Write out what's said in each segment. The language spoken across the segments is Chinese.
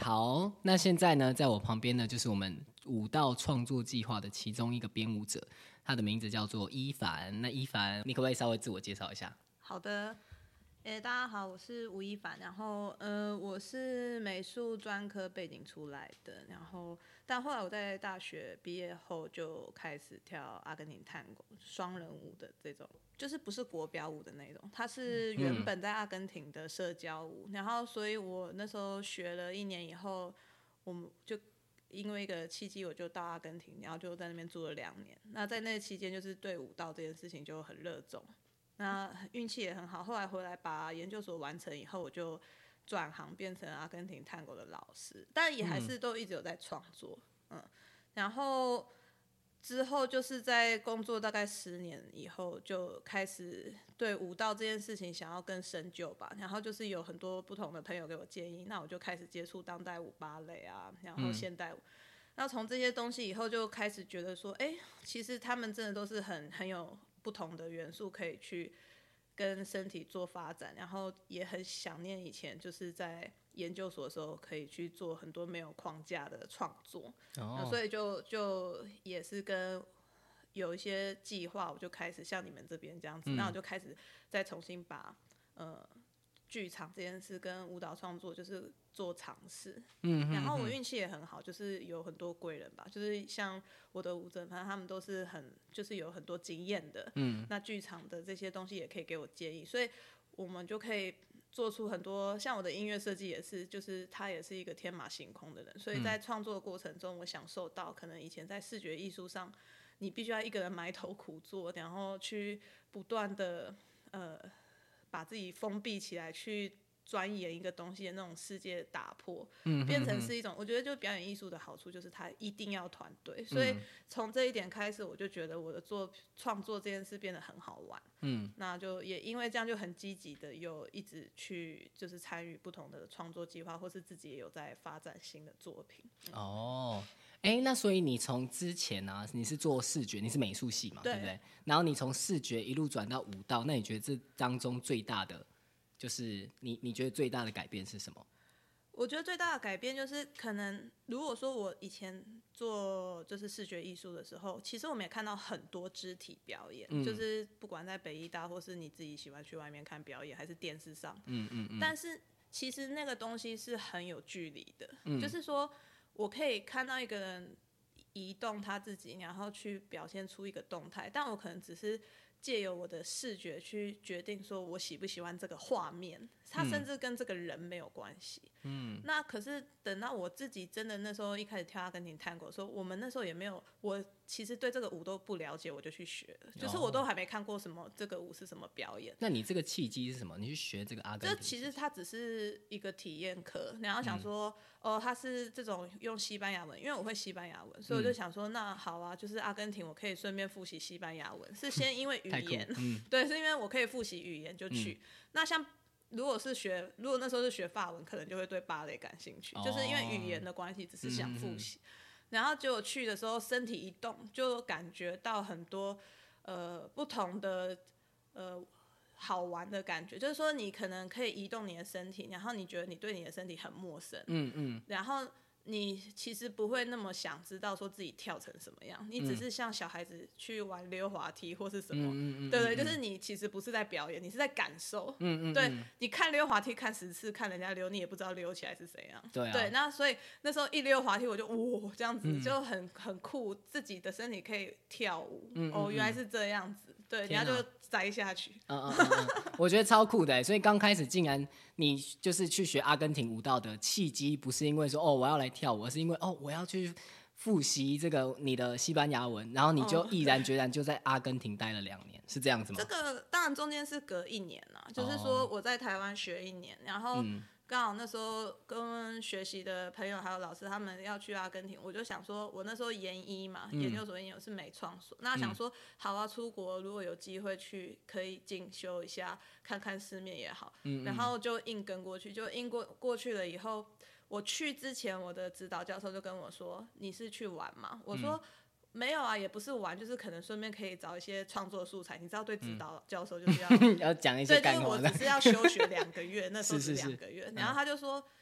好，那现在呢，在我旁边呢，就是我们舞蹈创作计划的其中一个编舞者，他的名字叫做伊凡。那伊凡，你可不可以稍微自我介绍一下？ 好的，大家好，我是吴亦凡，然后我是美术专科背景出来的，但后来我在大学毕业后就开始跳阿根廷探戈双人舞的这种，就是不是国标舞的那种，它是原本在阿根廷的社交舞，然后所以我那时候学了1年以后，我们就因为一个契机，我就到阿根廷，然后就在那边住了2年。那在那期间，就是对舞蹈这件事情就很热衷。那运气也很好，后来回来把研究所完成以后，我就转行变成阿根廷探戈的老师，但也还是都一直有在创作，然后之后就是在工作大概10年以后，就开始对舞蹈这件事情想要更深究吧，然后就是有很多不同的朋友给我建议，那我就开始接触当代舞、芭蕾啊，然后现代舞。那从这些东西以后，就开始觉得说，其实他们真的都是很有不同的元素可以去跟身体做发展，然后也很想念以前就是在研究所的时候可以去做很多没有框架的创作，所以就也是跟有一些计划，我就开始像你们这边这样子，那我就开始再重新把剧场这件事跟舞蹈创作就是做尝试，然后我运气也很好，就是有很多贵人吧，就是像我的舞者，反正他们都是就是有很多经验的，那剧场的这些东西也可以给我建议，所以我们就可以做出很多，像我的音乐设计也是，就是他也是一个天马行空的人，所以在创作的过程中，我享受到可能以前在视觉艺术上，你必须要一个人埋头苦做，然后去不断的把自己封闭起来去钻研一个东西的那种世界打破，变成是一种，我觉得就表演艺术的好处就是它一定要团队，所以从这一点开始，我就觉得我的创作这件事变得很好玩，那就也因为这样就很积极的有一直去就是参与不同的创作计划，或是自己也有在发展新的作品。 那所以你从之前啊，你是做视觉，你是美术系嘛，对不对？然后你从视觉一路转到舞蹈，那你觉得这当中最大的就是你觉得最大的改变是什么？ 我觉得最大的改变就是可能，如果说我以前做就是视觉艺术的时候，其实我们也看到很多肢体表演，就是不管在北艺大或是你自己喜欢去外面看表演，还是电视上，但是其实那个东西是很有距离的，就是说我可以看到一个人移动他自己，然后去表现出一个动态，但我可能只是借由我的视觉去决定说我喜不喜欢这个画面，它甚至跟这个人没有关系。那可是等到我自己真的那时候一开始跳阿根廷探戈，说我们那时候也没有，我其实对这个舞都不了解，我就去学了，就是我都还没看过什么这个舞是什么表演。 那你这个契机是什么？你去学这个阿根廷？ 这其实它只是一个体验课，然后想说，它是这种用西班牙文，因为我会西班牙文，所以我就想说，那好啊，就是阿根廷，我可以顺便复习西班牙文，是先因为语言，对，是因为我可以复习语言就去。那像如果那时候是学法文，可能就会对芭蕾感兴趣，就是因为语言的关系，只是想复习。然后结果去的时候，身体一动，就感觉到很多不同的好玩的感觉，就是说你可能可以移动你的身体，然后你觉得你对你的身体很陌生，然后你其实不会那么想知道说自己跳成什么样，你只是像小孩子去玩溜滑梯或是什么，对，就是你其实不是在表演，你是在感受，对，你看溜滑梯看10次，看人家溜，你也不知道溜起来是怎样，对，那所以那时候一溜滑梯我就哇这样子就很酷，自己的身体可以跳舞，原来是这样子，对，人家就栽下去， 我觉得超酷的，所以刚开始竟然你就是去学阿根廷舞蹈的契机，不是因为说我要来跳舞，而是因为我要去复习这个你的西班牙文，然后你就毅然决然就在阿根廷待了2年，是这样子吗？ 这个当然中间是隔1年啦，就是说我在台湾学1年，然后刚好那时候跟学习的朋友还有老师他们要去阿根廷，我就想说，我那时候研一嘛，研究所研究是美创所，那想说好啊，出国如果有机会去，可以进修一下，看看世面也好，然后就硬跟过去，就硬过去了以后，我去之前，我的指导教授就跟我说：“你是去玩吗？”我说：“没有啊，也不是玩，就是可能顺便可以找一些创作素材。你知道，对指导教授就是要要讲一些干话的。 对，就是我只是要休学2个月，那时候是2个月。然后他就说：“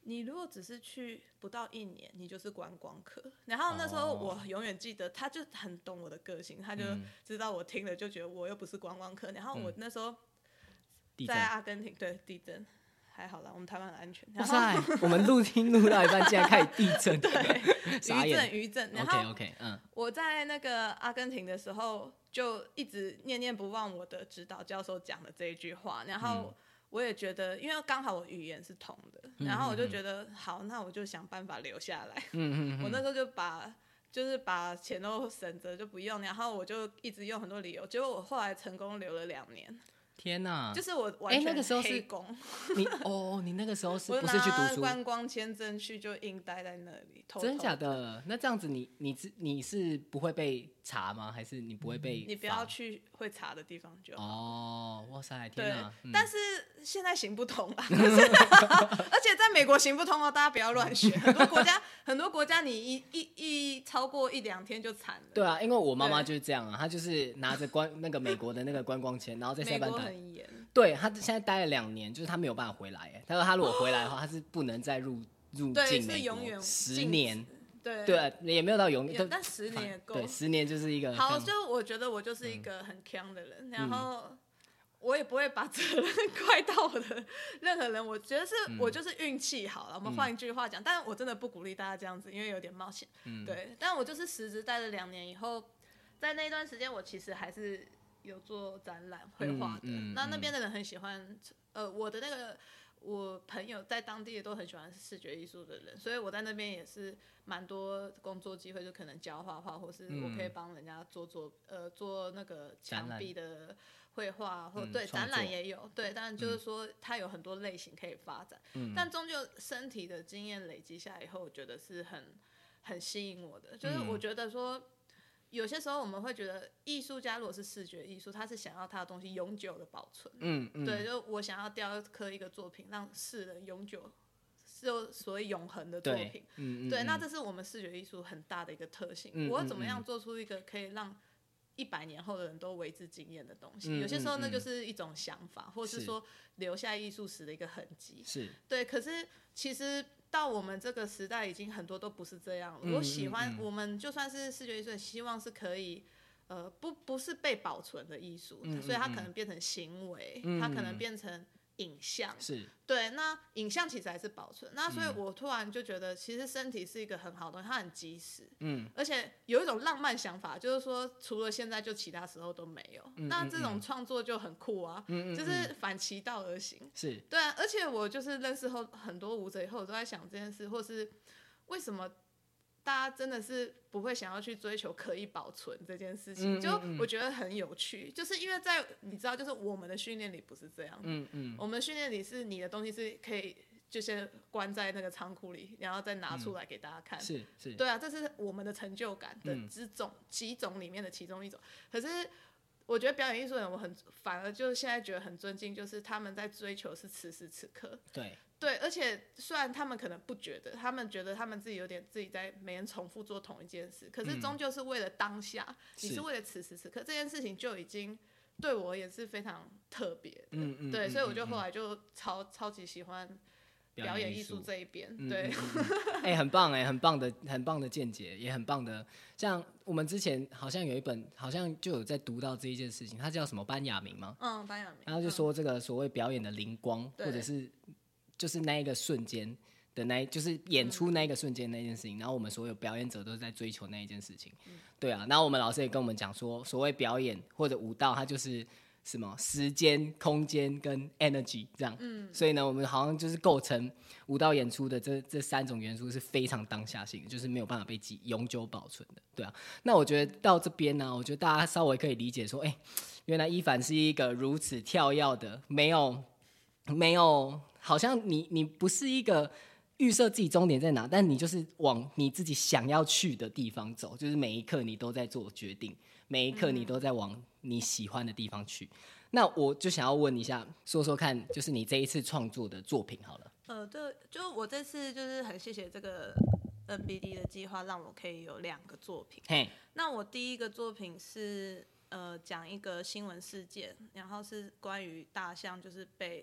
你如果只是去不到1年，你就是观光客。然后那时候我永远记得，他就很懂我的个性，他就知道我听了就觉得我又不是观光客。然后我那时候在阿根廷，对，地震还好啦，我们台湾很安全。哇塞，我们录到一半竟然开始地震， 对，余震。然后 OK， 我在那个阿根廷的时候，就一直念念不忘我的指导教授讲的这一句话，然后。我也觉得，因为刚好我语言是通的，然后我就觉得好，那我就想办法留下来。我那时候就是把钱都省着就不用，然后我就一直用很多理由，结果我后来成功留了2年。 天哪！ 就是我完全黑工。 你那个时候是不是去读书？ 观光签证去就硬待在那里。 真假的？那这样子你是不会被查吗？还是你不会被？ 你不要去会查的地方就好。 哦，哇塞，天哪！ 但是现在行不通啦。而且在美国行不通哦，大家不要乱学。很多国家你一超过1-2天就惨了。 对啊，因为我妈妈就是这样啊，她就是拿着那个美国的那个观光签，然后在塞班岛。 很严。 对，她现在待了2年，就是她没有办法回来。她说她如果回来的话，她是不能再入境美国10年。对，也没有到永远， 但10年也够。 对，10年就是一个好。就我觉得我就是一个很强的人，然后我也不会把责任怪到我的任何人。我觉得我就是运气好了。我们换一句话讲，但是我真的不鼓励大家这样子，因为有点冒险。对，但我就是实质待了2年以后，在那一段时间，我其实还是有做展览绘画的。那边的人很喜欢，我朋友在当地也都很喜欢视觉艺术的人，所以我在那边也是蛮多工作机会，就可能教画画，或是我可以帮人家做那个墙壁的绘画，或对展览也有。对，但就是说它有很多类型可以发展。但终究身体的经验累积下来以后，我觉得是很吸引我的，就是我觉得说。有些时候我们会觉得，艺术家如果是视觉艺术，他是想要他的东西永久的保存。对，就我想要雕刻一个作品，让世人永久，是所谓永恒的作品。对，那这是我们视觉艺术很大的一个特性。我怎么样做出一个可以让100年后的人都为之惊艳的东西？有些时候那就是一种想法，或是说留下艺术史的一个痕迹。对，可是其实。到我们这个时代，已经很多都不是这样了。我喜欢我们就算是视觉艺术，希望是可以，不是被保存的艺术，所以它可能变成行为，它可能变成影像。对，那影像其实还是保存。那所以我突然就觉得，其实身体是一个很好的东西，它很及时。而且有一种浪漫想法，就是说除了现在，就其他时候都没有。那这种创作就很酷啊，就是反其道而行。对啊，而且我就是认识后很多舞者以后，我都在想这件事，或是为什么大家真的是不会想要去追求可以保存这件事情，就我觉得很有趣，就是因为你知道，就是我们的训练里不是这样，我们的训练里是你的东西是可以就先关在那个仓库里，然后再拿出来给大家看，对啊，这是我们的成就感的几种里面的其中一种。可是我觉得表演艺术人，反而就现在觉得很尊敬，就是他们在追求是此时此刻，对，而且虽然他们可能不觉得，他们觉得他们自己有点自己在每天重复做同一件事，可是终究是为了当下，你是为了此时此刻，这件事情就已经对我也是非常特别的。对，所以我就后来就超级喜欢表演艺术这一边。对， 很棒很棒的见解，也很棒的。像我们之前好像有一本，好像就有在读到这一件事情，它叫什么班雅明吗？ 班雅明。 然后就说这个所谓表演的灵光，或者是就是那一个瞬间的就是演出那一个瞬间那件事情，然后我们所有表演者都是在追求那一件事情。对啊，然后我们老师也跟我们讲说，所谓表演或者舞蹈，它就是什么时间、空间跟 energy 这样。所以呢，我们好像就是构成舞蹈演出的这3种元素是非常当下性的，就是没有办法被永久保存的。对啊，那我觉得到这边呢，我觉得大家稍微可以理解说，原来伊凡是一个如此跳跃的，没有，好像你不是一个预设自己终点在哪，但你就是往你自己想要去的地方走，就是每一刻你都在做决定，每一刻你都在往你喜欢的地方去。那我就想要问一下，说看，就是你这一次创作的作品好了。 对，就我这次就是很谢谢这个 NBD 的计划，让我可以有2个作品。那我第一个作品是讲一个新闻事件，然后是关于大象就是被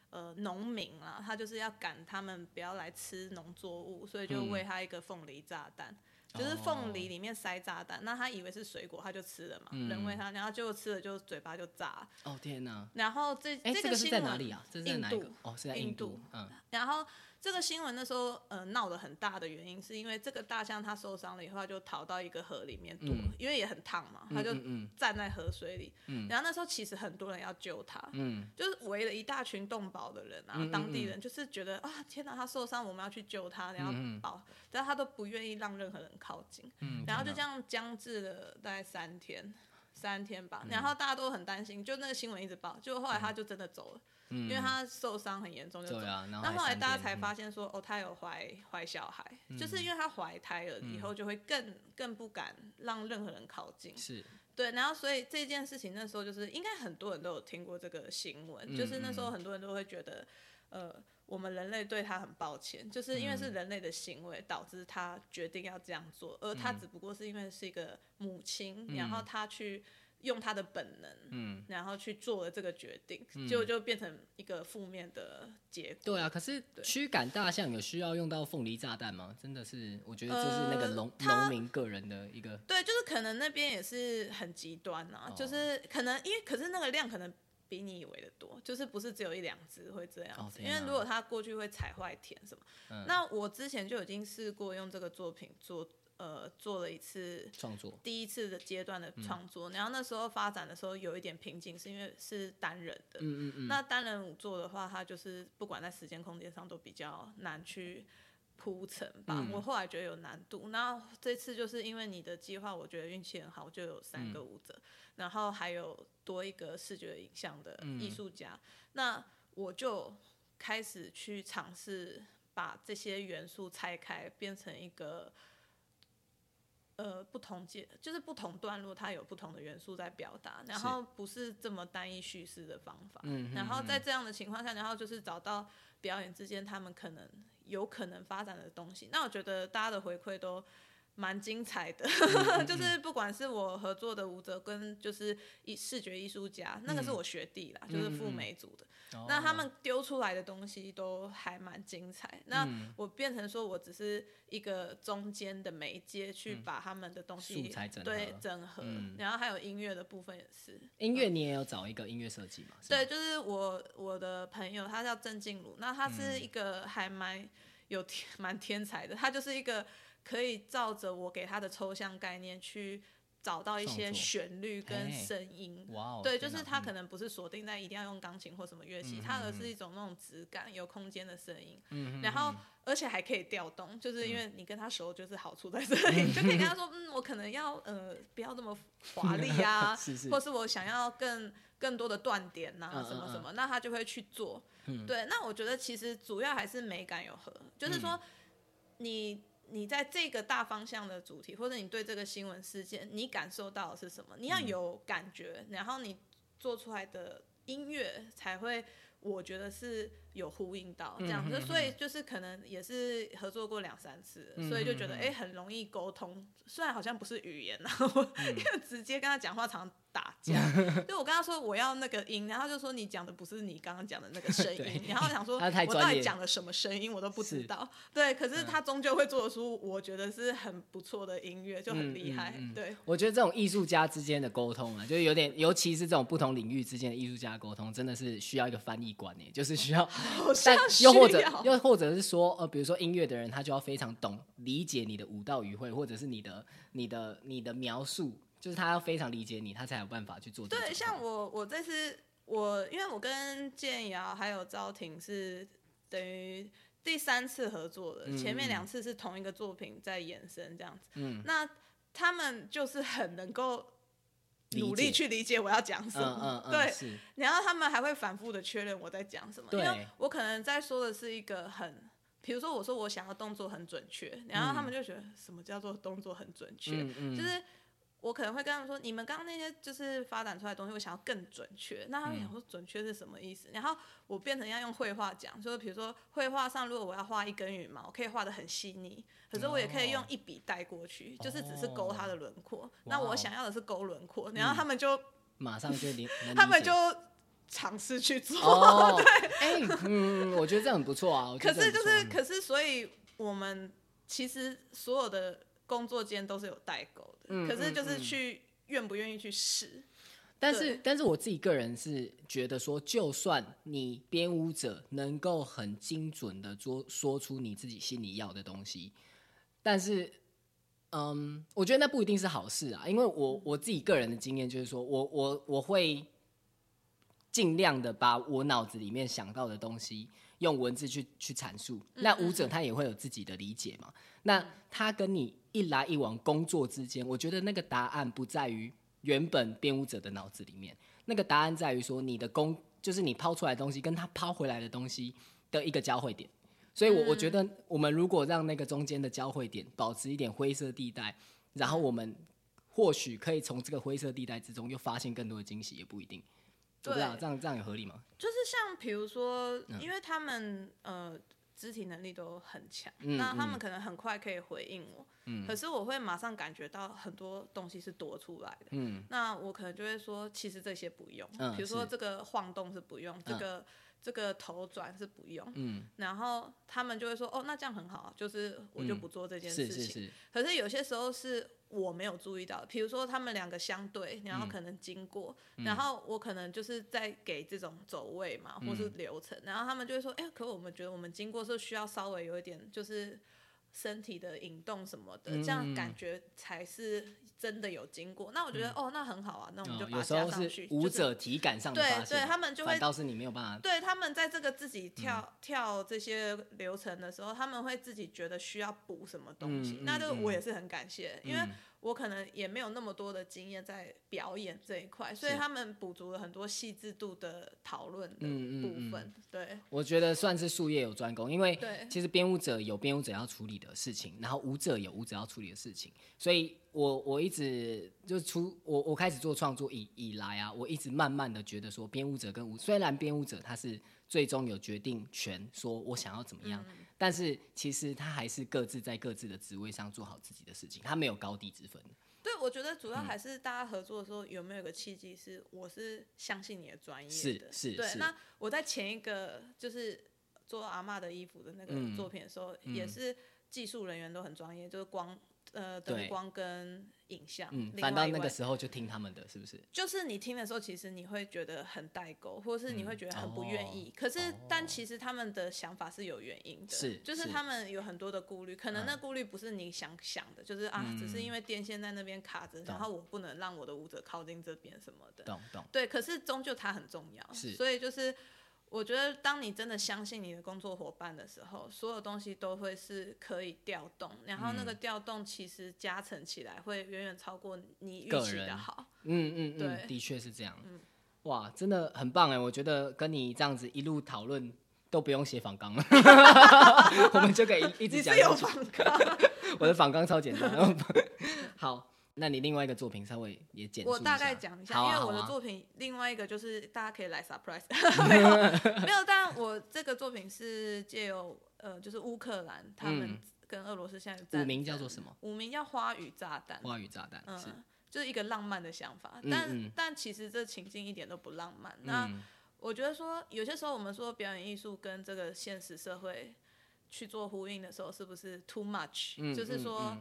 农民啦，他就是要赶他们不要来吃农作物，所以就喂他一个凤梨炸弹。就是凤梨里面塞炸弹，那他以为是水果，他就吃了嘛，人喂他，然后结果吃了就嘴巴就炸。 哦天哪！ 然后这个是在哪里啊？这是在哪一个？哦，是在印度。 然后这个新闻那时候闹得很大的原因，是因为这个大象它受伤了以后，它就逃到一个河里面躲，因为也很烫嘛，它就站在河水里。然后那时候其实很多人要救它，就是围了一大群动保的人啊，当地人就是觉得啊，天哪，他受伤，我们要去救他，然后保，但他都不愿意让任何人靠近。然后就这样僵持了大概3天吧，然后大家都很担心，就那个新闻一直报，结果后来他就真的走了。因为他受伤很严重就走了。那后来大家才发现说，他有怀小孩，就是因为他怀胎了以后就会更不敢让任何人靠近。 是。 对，然后所以这件事情那时候就是应该很多人都有听过这个新闻，就是那时候很多人都会觉得，我们人类对他很抱歉，就是因为是人类的行为导致他决定要这样做，而他只不过是因为是一个母亲，然后他去用他的本能，然后去做了这个决定，就变成一个负面的结果。 对啊，可是驱赶大象有需要用到凤梨炸弹吗？真的是，我觉得这是那个农民个人的一个。 对，就是可能那边也是很极端啊，就是可能可是那个量可能比你以为的多，就是不是只有1-2只会这样子，因为如果他过去会踩坏田什么，那我之前就已经试过用这个作品做了一次创作， 第一次的阶段的创作，然后那时候发展的时候有一点瓶颈，是因为是单人的，那单人舞作的话，它就是不管在时间空间上都比较难去铺陈吧，我后来觉得有难度。那这次就是因为你的计划，我觉得运气很好，我就有3个舞者，然后还有多一个视觉影像的艺术家，那我就开始去尝试把这些元素拆开，变成一个。不同就是不同段落，它有不同的元素在表达，然后不是这么单一叙事的方法。然后在这样的情况下，然后就是找到表演之间他们有可能发展的东西。那我觉得大家的回馈都蛮精彩的，就是不管是我合作的舞者跟就是视觉艺术家，那个是我学弟啦，就是赴美组的。那他们丢出来的东西都还蛮精彩，那我变成说我只是一个中间的媒介去把他们的东西素材整合， 然后还有音乐的部分也是。 音乐你也有找一个音乐设计吗？ 对，就是我的朋友，他叫郑静茹，那他是一个还蛮天才的，他就是一个可以照着我给他的抽象概念去找到一些旋律跟声音，对，就是它可能不是锁定在一定要用钢琴或什么乐器，它而是一种那种质感、有空间的声音，然后而且还可以调动，就是因为你跟他熟，就是好处在这里，你就可以跟他说，我可能要不要这么华丽啊，或是我想要更多的断点啊，什么什么，那他就会去做。对，那我觉得其实主要还是美感有合，就是说你在这个大方向的主题，或者你对这个新闻事件，你感受到的是什么？你要有感觉，然后你做出来的音乐才会，我觉得是有呼应到这样子。所以就是可能也是合作过2-3次，所以就觉得很容易沟通。虽然好像不是语言啊，因为直接跟他讲话常打架。就我跟他说我要那个音，然后他就说你讲的不是你刚刚讲的那个声音，然后我想说我到底讲了什么声音我都不知道。对，可是他终究会做出我觉得是很不错的音乐，就很厉害。对， 我觉得这种艺术家之间的沟通啊，就是有点，尤其是这种不同领域之间的艺术家沟通，真的是需要一个翻译官耶，就是需要，又或者是说，比如说音乐的人，他就要非常懂理解你的舞蹈语汇，或者是你的描述，就是他要非常理解你，他才有办法去做这个。 对，像我这次因为我跟建瑶还有昭婷是等于第3次合作的，前面2次是同一个作品在延伸这样子。那他们就是很能够努力去理解我要讲什么，对，然后他们还会反复的确认我在讲什么，因为我可能在说的是一个比如说我说我想要动作很准确，然后他们就觉得什么叫做动作很准确，就是我可能会跟他们说，你们刚刚那些就是发展出来的东西，我想要更准确。那他们想说准确是什么意思？然后我变成要用绘画讲，就是比如说绘画上，如果我要画一根羽毛，我可以画得很细腻，可是我也可以用一笔带过去，就是只是勾它的轮廓。那我想要的是勾轮廓，然后他们就马上就他们就尝试去做。 哦，我觉得这很不错啊。 可是，所以我们其实所有的工作间都是有代沟的，可是就是去愿不愿意去试。 但是我自己个人是觉得说，就算你编舞者能够很精准的说出你自己心里要的东西，但是我觉得那不一定是好事啊。因为我自己个人的经验就是说，我会尽量的把我脑子里面想到的东西用文字去阐述。那舞者他也会有自己的理解嘛。那他跟你一来一往工作之间，我觉得那个答案不在于原本编舞者的脑子里面，那个答案在于说你的就是你抛出来的东西跟他抛回来的东西的一个交汇点。所以我觉得我们如果让那个中间的交汇点保持一点灰色地带，然后我们或许可以从这个灰色地带之中又发现更多的惊喜，也不一定。我不知道这样有合理吗？ 就是像比如说，因为他们肢体能力都很强，那他们可能很快可以回应我，可是我会马上感觉到很多东西是多出来的，那我可能就会说，其实这些不用，比如说这个晃动是不用，这个头转是不用，然后他们就会说，哦，那这样很好，就是我就不做这件事情。可是有些时候是我没有注意到，比如说他们两个相对，然后可能经过，然后我可能就是在给这种走位嘛，或是流程，然后他们就会说，可我们觉得我们经过是需要稍微有一点就是身体的引动什么的，这样感觉才是真的有经过。那我觉得那很好啊，那我们就把它加上去。 有时候是舞者体感上的发现， 对，他们就会反倒是你没有办法。 对，他们在这个自己跳这些流程的时候，他们会自己觉得需要补什么东西。那这个我也是很感谢，因为我可能也没有那么多的经验在表演这一块，所以他们补足了很多细致度的讨论的部分。对， 我觉得算是术业有专攻，因为其实编舞者有编舞者要处理的事情，然后舞者有舞者要处理的事情，所以我一直就我开始做创作以来啊，我一直慢慢的觉得说，编舞者跟虽然编舞者他是最终有决定权，说我想要怎么样，但是其实他还是各自在各自的职位上做好自己的事情，他没有高低之分。 对，我觉得主要还是大家合作的时候有没有一个契机，是我是相信你的专业的。对，那我在前一个就是做阿嬷的衣服的那个作品的时候，也是技术人员都很专业，就是灯光跟影像。 反倒那个时候就听他们的，是不是？ 就是你听的时候，其实你会觉得很代沟，或是你会觉得很不愿意。可是，但其实他们的想法是有原因的，就是他们有很多的顾虑，可能那顾虑不是你想的，就是只是因为电线在那边卡着，然后我不能让我的舞者靠近这边什么的。 懂。 对，可是终究它很重要，所以就是。我觉得，当你真的相信你的工作伙伴的时候，所有东西都会是可以调动，然后那个调动其实加成起来会远远超过你预期的好。 对，的确是这样。哇，真的很棒哎！我觉得跟你这样子一路讨论都不用写访纲了，我们就可以一直讲。 你是有访纲？ 我的访纲超简单。好。那你另外一个作品稍微也简述一下。 我大概讲一下，因为我的作品另外一个就是大家可以来 surprise， 没有，但我这个作品是借由就是乌克兰他们跟俄罗斯现在战争， 舞名叫做什么？ 舞名叫花与炸弹。 花与炸弹， 就是一个浪漫的想法，但其实这情境一点都不浪漫。那我觉得说有些时候我们说表演艺术跟这个现实社会去做呼应的时候，是不是 too much？就是说。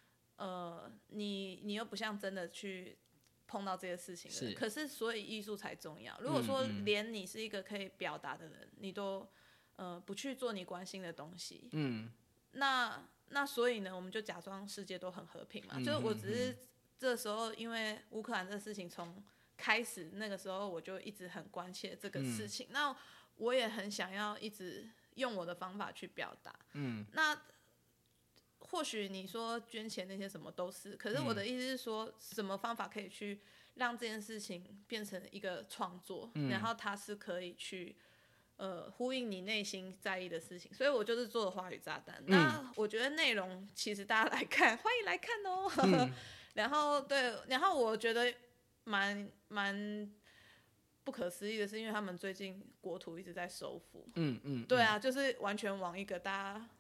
你又不像真的去碰到这些事情了，可是所以艺术才重要。如果说连你是一个可以表达的人，你都不去做你关心的东西，那所以呢，我们就假装世界都很和平嘛。就是我只是这时候因为乌克兰这事情从开始那个时候我就一直很关切这个事情，那我也很想要一直用我的方法去表达。那或许你说捐钱那些什么都是，可是我的意思是说，什么方法可以去让这件事情变成一个创作，然后它是可以去呼应你内心在意的事情，所以我就是做了花与炸弹。那我觉得内容其实大家来看，欢迎来看哦。然后我觉得蛮不可思议的是，因为他们最近国土一直在收复。对啊，就是完全往一个大家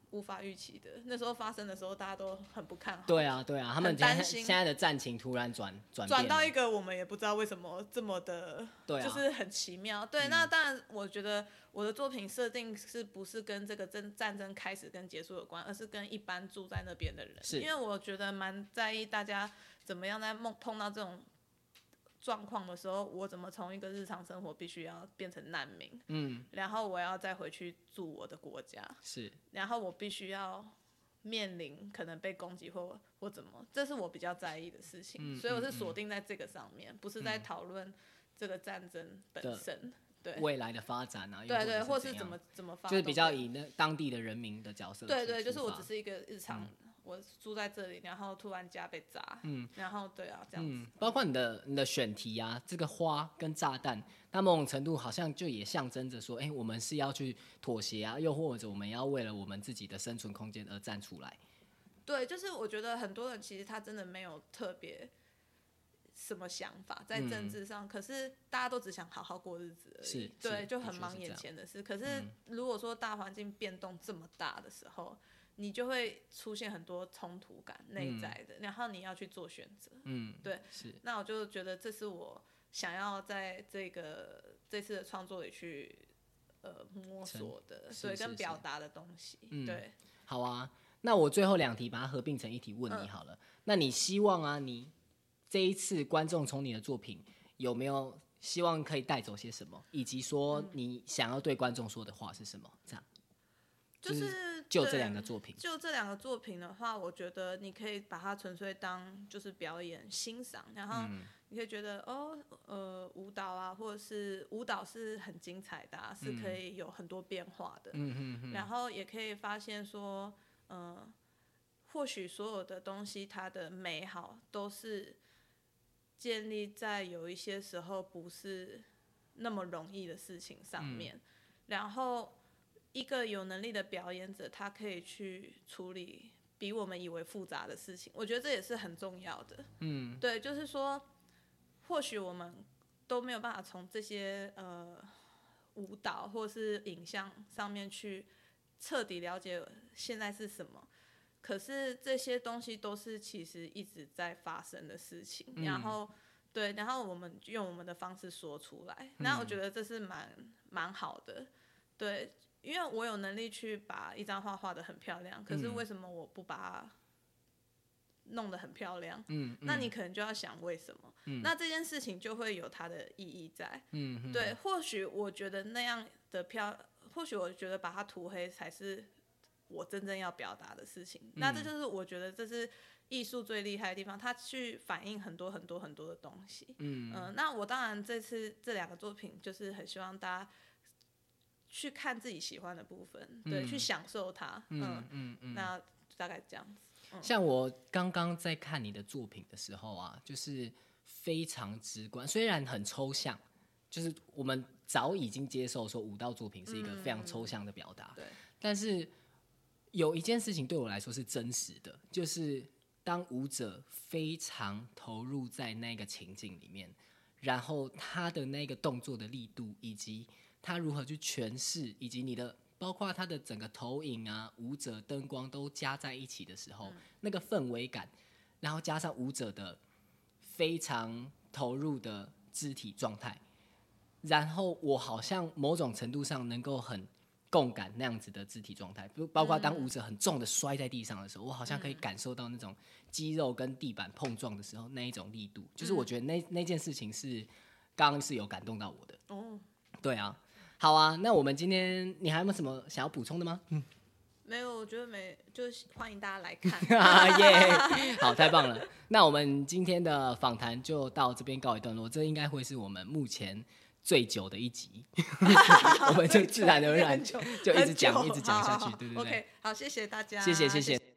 无法预期的。那时候发生的时候，大家都很不看好。 对啊，他们担心现在的战情突然转到一个我们也不知道为什么这么的，就是很奇妙。对，那当然，我觉得我的作品设定是不是跟这个战争开始跟结束有关，而是跟一般住在那边的人。因为我觉得蛮在意大家怎么样在碰到这种状况的时候，我怎么从一个日常生活必须要变成难民，然后我要再回去住我的国家，然后我必须要面临可能被攻击或怎么，这是我比较在意的事情，所以我是锁定在这个上面，不是在讨论这个战争本身，对未来的发展啊， 对，或是怎么发动， 就是比较以那当地的人民的角色， 对，就是我只是一个日常。我住在这里，然后突然家被炸，然后对啊，这样子。 包括你的选题啊，这个花跟炸弹，它某种程度好像就也象征着说，我们是要去妥协啊，又或者我们要为了我们自己的生存空间而站出来。 对，就是我觉得很多人其实他真的没有特别什么想法在政治上，可是大家都只想好好过日子而已，对，就很忙眼前的事。可是如果说大环境变动这么大的时候，你就会出现很多冲突感内在的，然后你要去做选择，对，那我就觉得这是我想要在这次的创作里去摸索的，所以跟表达的东西，对。 好啊，那我最后2题把它合并成一题问你好了，那你希望啊，你这一次观众从你的作品有没有希望可以带走些什么，以及说你想要对观众说的话是什么？这样。就这2个作品， 就这2个作品的话，我觉得你可以把它纯粹当就是表演欣赏，然后你可以觉得舞蹈啊，或者是舞蹈是很精彩的啊，是可以有很多变化的，然后也可以发现说，或许所有的东西它的美好都是建立在有一些时候不是那么容易的事情上面，然后。一个有能力的表演者，他可以去处理比我们以为复杂的事情，我觉得这也是很重要的。对，就是说，或许我们都没有办法从这些舞蹈或是影像上面去彻底了解现在是什么，可是这些东西都是其实一直在发生的事情，然后我们用我们的方式说出来，那我觉得这是蛮好的，对。因为我有能力去把一张画画得很漂亮，可是为什么我不把它弄得很漂亮？那你可能就要想为什么？那这件事情就会有它的意义在。对，或许我觉得那样的或许我觉得把它涂黑才是我真正要表达的事情。那这就是我觉得这是艺术最厉害的地方，它去反映很多很多很多的东西。那我当然这次这2个作品就是很希望大家。去看自己喜欢的部分，对，去享受它，那大概这样子。 像我刚刚在看你的作品的时候啊，就是非常直观，虽然很抽象，就是我们早已经接受说舞蹈作品是一个非常抽象的表达， 对。 但是有一件事情对我来说是真实的，就是当舞者非常投入在那个情境里面，然后他的那个动作的力度以及他如何去诠释，以及你的包括他的整个投影啊、舞者、灯光都加在一起的时候，那个氛围感，然后加上舞者的非常投入的肢体状态，然后我好像某种程度上能够很共感那样子的肢体状态，包括当舞者很重的摔在地上的时候，我好像可以感受到那种肌肉跟地板碰撞的时候那一种力度，就是我觉得那件事情是刚刚是有感动到我的。对啊。好啊，那我们今天你还有没有什么想要补充的吗？ 没有，我觉得就是欢迎大家来看。 好，太棒了。那我们今天的访谈就到这边告一段落，这应该会是我们目前最久的一集。我们就自然而然就一直讲下去，对对对。 OK， 好，谢谢大家， 谢谢。